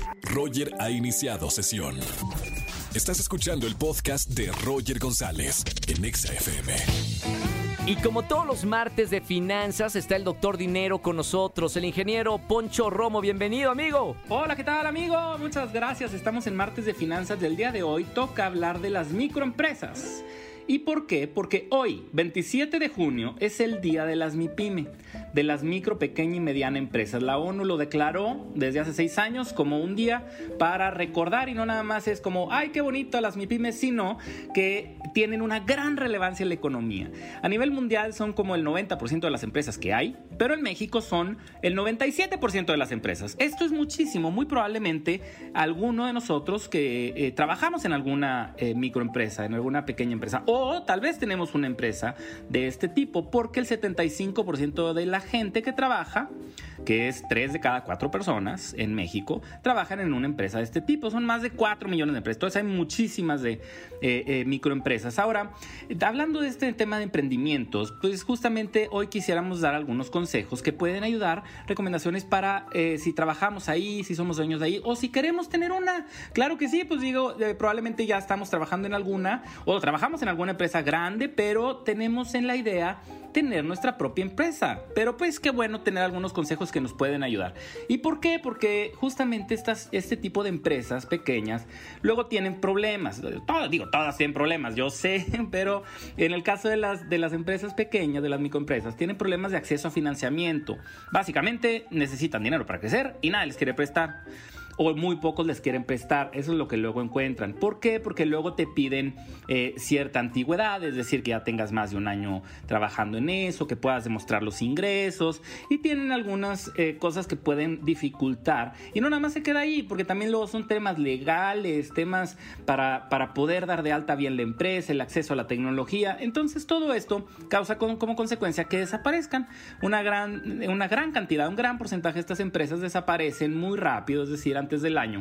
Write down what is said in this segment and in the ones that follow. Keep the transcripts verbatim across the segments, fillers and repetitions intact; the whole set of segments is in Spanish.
Roger ha iniciado sesión. Estás escuchando el podcast de Roger González en Exa F M. Y como todos los martes de finanzas, está el doctor Dinero con nosotros, el ingeniero Poncho Romo. Bienvenido, amigo. Hola, ¿qué tal, amigo? Muchas gracias. Estamos en martes de finanzas del día de hoy. Toca hablar de las microempresas. ¿Y por qué? Porque hoy, veintisiete de junio, es el día de las MIPYME, de las micro, pequeña y mediana empresas. La ONU lo declaró desde hace seis años como un día para recordar, y no nada más es como, ay, qué bonito las MIPYMES, sino que tienen una gran relevancia en la economía. A nivel mundial son como el noventa por ciento de las empresas que hay, pero en México son el noventa y siete por ciento de las empresas. Esto es muchísimo. Muy probablemente alguno de nosotros que eh, trabajamos en alguna eh, microempresa, en alguna pequeña empresa, o O tal vez tenemos una empresa de este tipo, porque el setenta y cinco por ciento de la gente que trabaja, que es tres de cada cuatro personas en México, trabajan en una empresa de este tipo. Son más de cuatro millones de empresas. Entonces hay muchísimas de eh, eh, microempresas. Ahora, hablando de este tema de emprendimientos, pues justamente hoy quisiéramos dar algunos consejos que pueden ayudar, recomendaciones para eh, si trabajamos ahí, si somos dueños de ahí, o si queremos tener una. Claro que sí, pues digo, eh, probablemente ya estamos trabajando en alguna, o trabajamos en alguna empresa grande, pero tenemos en la idea tener nuestra propia empresa. Pero pues qué bueno tener algunos consejos que nos pueden ayudar. ¿Y por qué? Porque justamente estas, este tipo de empresas pequeñas luego tienen problemas. Todo, digo, todas tienen problemas, yo sé, pero en el caso de las, de las empresas pequeñas, de las microempresas, tienen problemas de acceso a financiamiento. Básicamente necesitan dinero para crecer y nadie les quiere prestar, o muy pocos les quieren prestar. Eso es lo que luego encuentran. ¿Por qué? Porque luego te piden eh, cierta antigüedad, es decir, que ya tengas más de un año trabajando en eso, que puedas demostrar los ingresos, y tienen algunas eh, cosas que pueden dificultar. Y no nada más se queda ahí, porque también luego son temas legales, temas para, para poder dar de alta bien la empresa, el acceso a la tecnología. Entonces todo esto causa con, como consecuencia que desaparezcan. Una gran, una gran cantidad, un gran porcentaje de estas empresas desaparecen muy rápido, es decir, antes del año,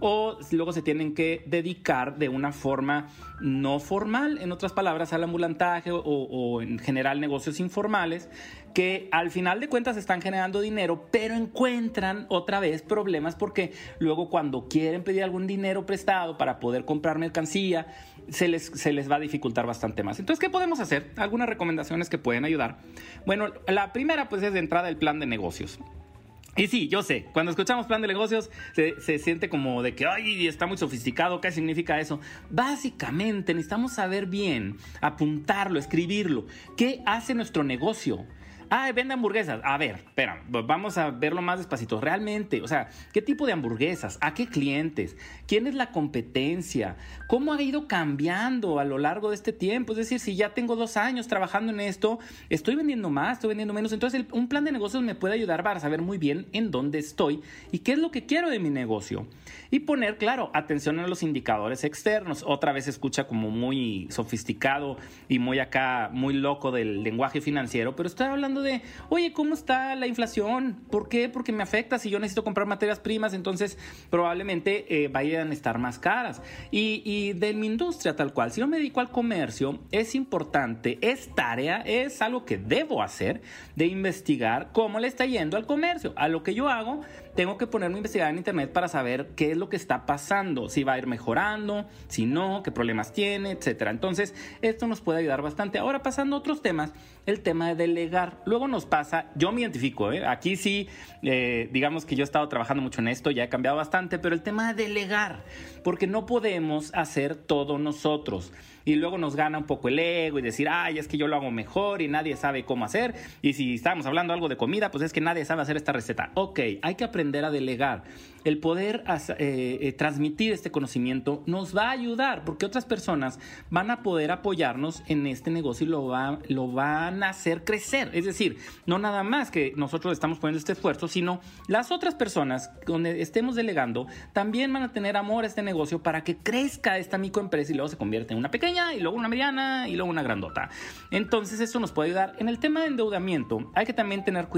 o luego se tienen que dedicar de una forma no formal, en otras palabras, al ambulantaje o, o en general negocios informales, que al final de cuentas están generando dinero, pero encuentran otra vez problemas, porque luego cuando quieren pedir algún dinero prestado para poder comprar mercancía, se les, se les va a dificultar bastante más. Entonces, ¿qué podemos hacer? Algunas recomendaciones que pueden ayudar. Bueno, la primera pues es de entrada el plan de negocios. Y sí, yo sé, cuando escuchamos plan de negocios se, se siente como de que ay, está muy sofisticado. ¿Qué significa eso? Básicamente necesitamos saber bien, apuntarlo, escribirlo. ¿Qué hace nuestro negocio? Ah, vende hamburguesas. A ver, espera, vamos a verlo más despacito. Realmente, o sea, ¿qué tipo de hamburguesas? ¿A qué clientes? ¿Quién es la competencia? ¿Cómo ha ido cambiando a lo largo de este tiempo? Es decir, si ya tengo dos años trabajando en esto, ¿estoy vendiendo más? ¿Estoy vendiendo menos? Entonces, el, un plan de negocios me puede ayudar para saber muy bien en dónde estoy y qué es lo que quiero de mi negocio. Y poner, claro, atención a los indicadores externos. Otra vez se escucha como muy sofisticado y muy acá, muy loco del lenguaje financiero, pero estoy hablando de, oye, ¿cómo está la inflación? ¿Por qué? Porque me afecta. Si yo necesito comprar materias primas, entonces probablemente eh, vayan a estar más caras. Y, y de mi industria tal cual, si yo me dedico al comercio, es importante, es tarea, es algo que debo hacer, de investigar cómo le está yendo al comercio. A lo que yo hago, tengo que ponerme a investigar en internet para saber qué es lo que está pasando, si va a ir mejorando, si no, qué problemas tiene, etcétera. Entonces, esto nos puede ayudar bastante. Ahora, pasando a otros temas, el tema de delegar. Luego nos pasa, yo me identifico, ¿eh? Aquí sí, eh, digamos que yo he estado trabajando mucho en esto, ya he cambiado bastante, pero el tema de delegar, porque no podemos hacer todo nosotros. Y luego nos gana un poco el ego y decir, ay, es que yo lo hago mejor y nadie sabe cómo hacer. Y si estamos hablando algo de comida, pues es que nadie sabe hacer esta receta. Ok, hay que aprender a delegar. El poder eh, eh, transmitir este conocimiento nos va a ayudar, porque otras personas van a poder apoyarnos en este negocio y lo, va, lo van a hacer crecer. Es decir, no nada más que nosotros estamos poniendo este esfuerzo, sino las otras personas donde estemos delegando también van a tener amor a este negocio para que crezca esta microempresa y luego se convierte en una pequeña, y luego una mediana y luego una grandota. Entonces esto nos puede ayudar. En el tema de endeudamiento hay que también tener cuidado.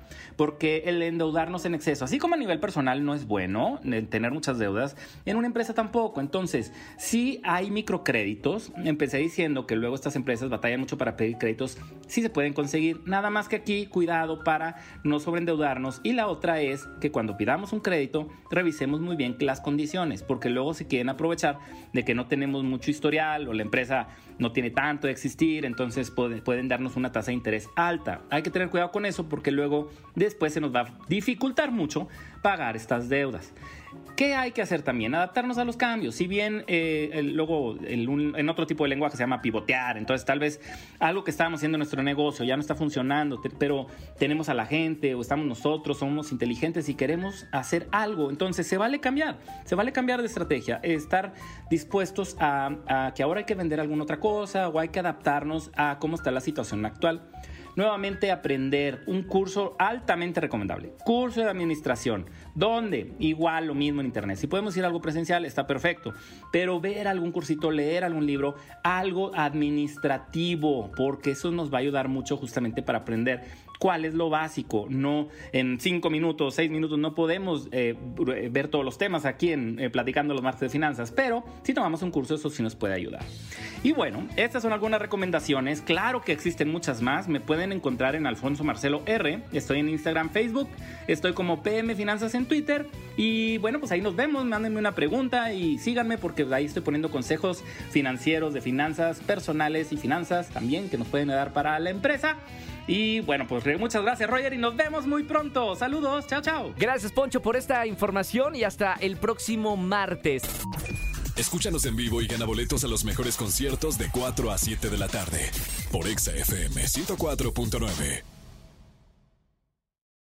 porque el endeudarnos en exceso, así como a nivel personal no es bueno tener muchas deudas, en una empresa tampoco. Entonces, sí hay microcréditos. Empecé diciendo que luego estas empresas batallan mucho para pedir créditos, sí se pueden conseguir, nada más que aquí cuidado para no sobreendeudarnos. Y la otra es que cuando pidamos un crédito, revisemos muy bien las condiciones, porque luego se quieren aprovechar de que no tenemos mucho historial o la empresa no tiene tanto de existir, entonces puede, pueden darnos una tasa de interés alta. Hay que tener cuidado con eso porque luego después se nos va a dificultar mucho pagar estas deudas. ¿Qué hay que hacer también? Adaptarnos a los cambios. Si bien eh, el, luego el, un, en otro tipo de lenguaje se llama pivotear, entonces tal vez algo que estábamos haciendo en nuestro negocio ya no está funcionando, te, pero tenemos a la gente o estamos nosotros, somos inteligentes y queremos hacer algo, entonces se vale cambiar, se vale cambiar de estrategia, estar dispuestos a, a que ahora hay que vender alguna otra cosa o hay que adaptarnos a cómo está la situación actual. Nuevamente, aprender un curso altamente recomendable. Curso de administración. ¿Dónde? Igual lo mismo en internet. Si podemos ir a algo presencial, está perfecto. Pero ver algún cursito, leer algún libro, algo administrativo, porque eso nos va a ayudar mucho justamente para aprender cuál es lo básico. No en cinco minutos, seis minutos, no podemos eh, ver todos los temas aquí en eh, Platicando los Martes de Finanzas, pero si tomamos un curso, eso sí nos puede ayudar. Y bueno, estas son algunas recomendaciones. Claro que existen muchas más. Me pueden encontrar en Alfonso Marcelo R. Estoy en Instagram, Facebook. Estoy como P M Finanzas en Twitter. Y bueno, pues ahí nos vemos. Mándenme una pregunta y síganme porque ahí estoy poniendo consejos financieros de finanzas personales y finanzas también que nos pueden dar para la empresa. Y bueno, pues muchas gracias, Roger, y nos vemos muy pronto. Saludos, chao, chao. Gracias, Poncho, por esta información y hasta el próximo martes. Escúchanos en vivo y gana boletos a los mejores conciertos de cuatro a siete de la tarde por Exa F M ciento cuatro punto nueve.